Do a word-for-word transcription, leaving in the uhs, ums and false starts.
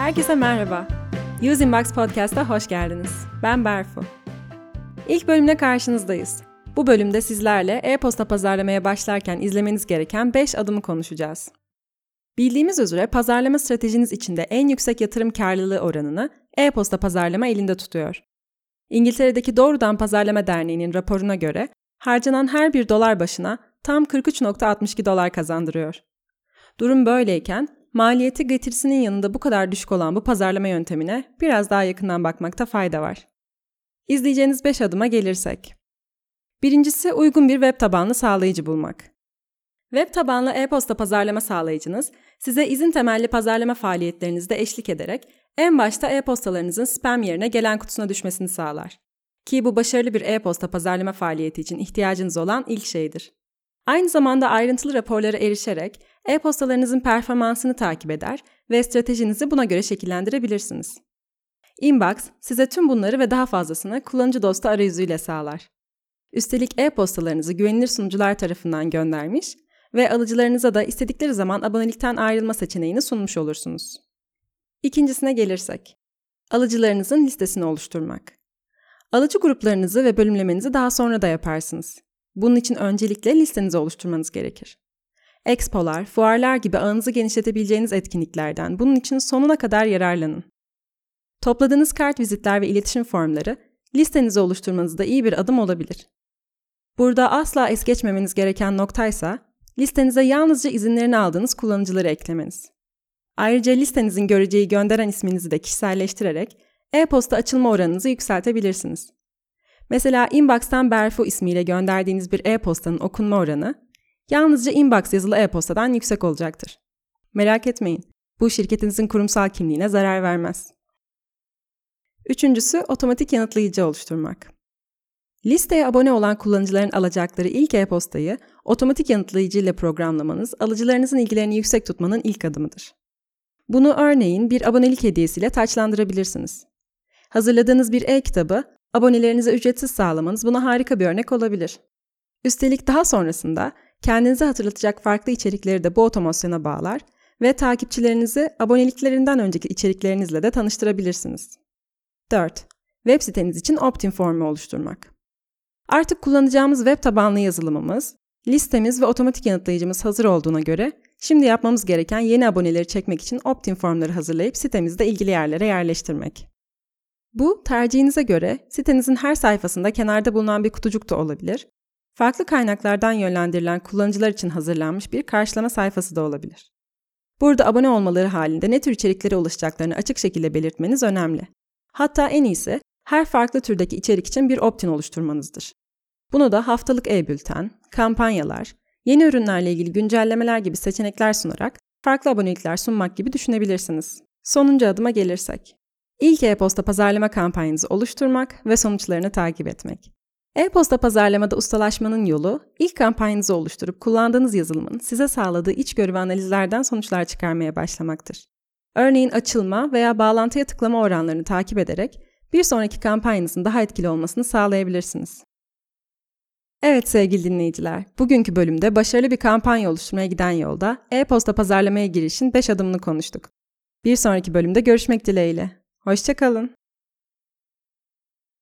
Herkese merhaba. Use Inbox Podcast'a hoş geldiniz. Ben Berfu. İlk bölümle karşınızdayız. Bu bölümde sizlerle e-posta pazarlamaya başlarken izlemeniz gereken beş adımı konuşacağız. Bildiğimiz üzere pazarlama stratejiniz içinde en yüksek yatırım karlılığı oranını e-posta pazarlama elinde tutuyor. İngiltere'deki Doğrudan Pazarlama Derneği'nin raporuna göre harcanan her bir dolar başına tam kırk üç virgül altmış iki dolar kazandırıyor. Durum böyleyken maliyeti getirisinin yanında bu kadar düşük olan bu pazarlama yöntemine biraz daha yakından bakmakta fayda var. İzleyeceğiniz beş adıma gelirsek. Birincisi uygun bir web tabanlı sağlayıcı bulmak. Web tabanlı e-posta pazarlama sağlayıcınız size izin temelli pazarlama faaliyetlerinizde eşlik ederek en başta e-postalarınızın spam yerine gelen kutusuna düşmesini sağlar. Ki bu başarılı bir e-posta pazarlama faaliyeti için ihtiyacınız olan ilk şeydir. Aynı zamanda ayrıntılı raporlara erişerek e-postalarınızın performansını takip eder ve stratejinizi buna göre şekillendirebilirsiniz. Inbox size tüm bunları ve daha fazlasını kullanıcı dostu arayüzüyle sağlar. Üstelik e-postalarınızı güvenilir sunucular tarafından göndermiş ve alıcılarınıza da istedikleri zaman abonelikten ayrılma seçeneğini sunmuş olursunuz. İkincisine gelirsek, alıcılarınızın listesini oluşturmak. Alıcı gruplarınızı ve bölümlemenizi daha sonra da yaparsınız. Bunun için öncelikle listenizi oluşturmanız gerekir. Expolar, fuarlar gibi ağınızı genişletebileceğiniz etkinliklerden bunun için sonuna kadar yararlanın. Topladığınız kart vizitler ve iletişim formları listenizi oluşturmanızda iyi bir adım olabilir. Burada asla es geçmemeniz gereken noktaysa listenize yalnızca izinlerini aldığınız kullanıcıları eklemeniz. Ayrıca listenizin göreceği gönderen isminizi de kişiselleştirerek e-posta açılma oranınızı yükseltebilirsiniz. Mesela Inbox'tan Berfu ismiyle gönderdiğiniz bir e-postanın okunma oranı yalnızca Inbox yazılı e-postadan yüksek olacaktır. Merak etmeyin, bu şirketinizin kurumsal kimliğine zarar vermez. Üçüncüsü, otomatik yanıtlayıcı oluşturmak. Listeye abone olan kullanıcıların alacakları ilk e-postayı otomatik yanıtlayıcı ile programlamanız, alıcılarınızın ilgilerini yüksek tutmanın ilk adımıdır. Bunu örneğin bir abonelik hediyesiyle taçlandırabilirsiniz. Hazırladığınız bir e-kitabı abonelerinize ücretsiz sağlamanız buna harika bir örnek olabilir. Üstelik daha sonrasında kendinizi hatırlatacak farklı içerikleri de bu otomasyona bağlar ve takipçilerinizi aboneliklerinden önceki içeriklerinizle de tanıştırabilirsiniz. dört. Web siteniz için opt-in formu oluşturmak. Artık kullanacağımız web tabanlı yazılımımız, listemiz ve otomatik yanıtlayıcımız hazır olduğuna göre şimdi yapmamız gereken yeni aboneleri çekmek için opt-in formları hazırlayıp sitemizde ilgili yerlere yerleştirmek. Bu, tercihinize göre sitenizin her sayfasında kenarda bulunan bir kutucuk da olabilir, farklı kaynaklardan yönlendirilen kullanıcılar için hazırlanmış bir karşılama sayfası da olabilir. Burada abone olmaları halinde ne tür içeriklere ulaşacaklarını açık şekilde belirtmeniz önemli. Hatta en iyisi her farklı türdeki içerik için bir opt-in oluşturmanızdır. Bunu da haftalık e-bülten, kampanyalar, yeni ürünlerle ilgili güncellemeler gibi seçenekler sunarak farklı abonelikler sunmak gibi düşünebilirsiniz. Sonuncu adıma gelirsek. İlk e-posta pazarlama kampanyanızı oluşturmak ve sonuçlarını takip etmek. E-posta pazarlamada ustalaşmanın yolu, ilk kampanyanızı oluşturup kullandığınız yazılımın size sağladığı içgörü ve analizlerden sonuçlar çıkarmaya başlamaktır. Örneğin açılma veya bağlantıya tıklama oranlarını takip ederek bir sonraki kampanyanızın daha etkili olmasını sağlayabilirsiniz. Evet sevgili dinleyiciler, bugünkü bölümde başarılı bir kampanya oluşturmaya giden yolda e-posta pazarlamaya girişin beş adımını konuştuk. Bir sonraki bölümde görüşmek dileğiyle. Hoşça kalın.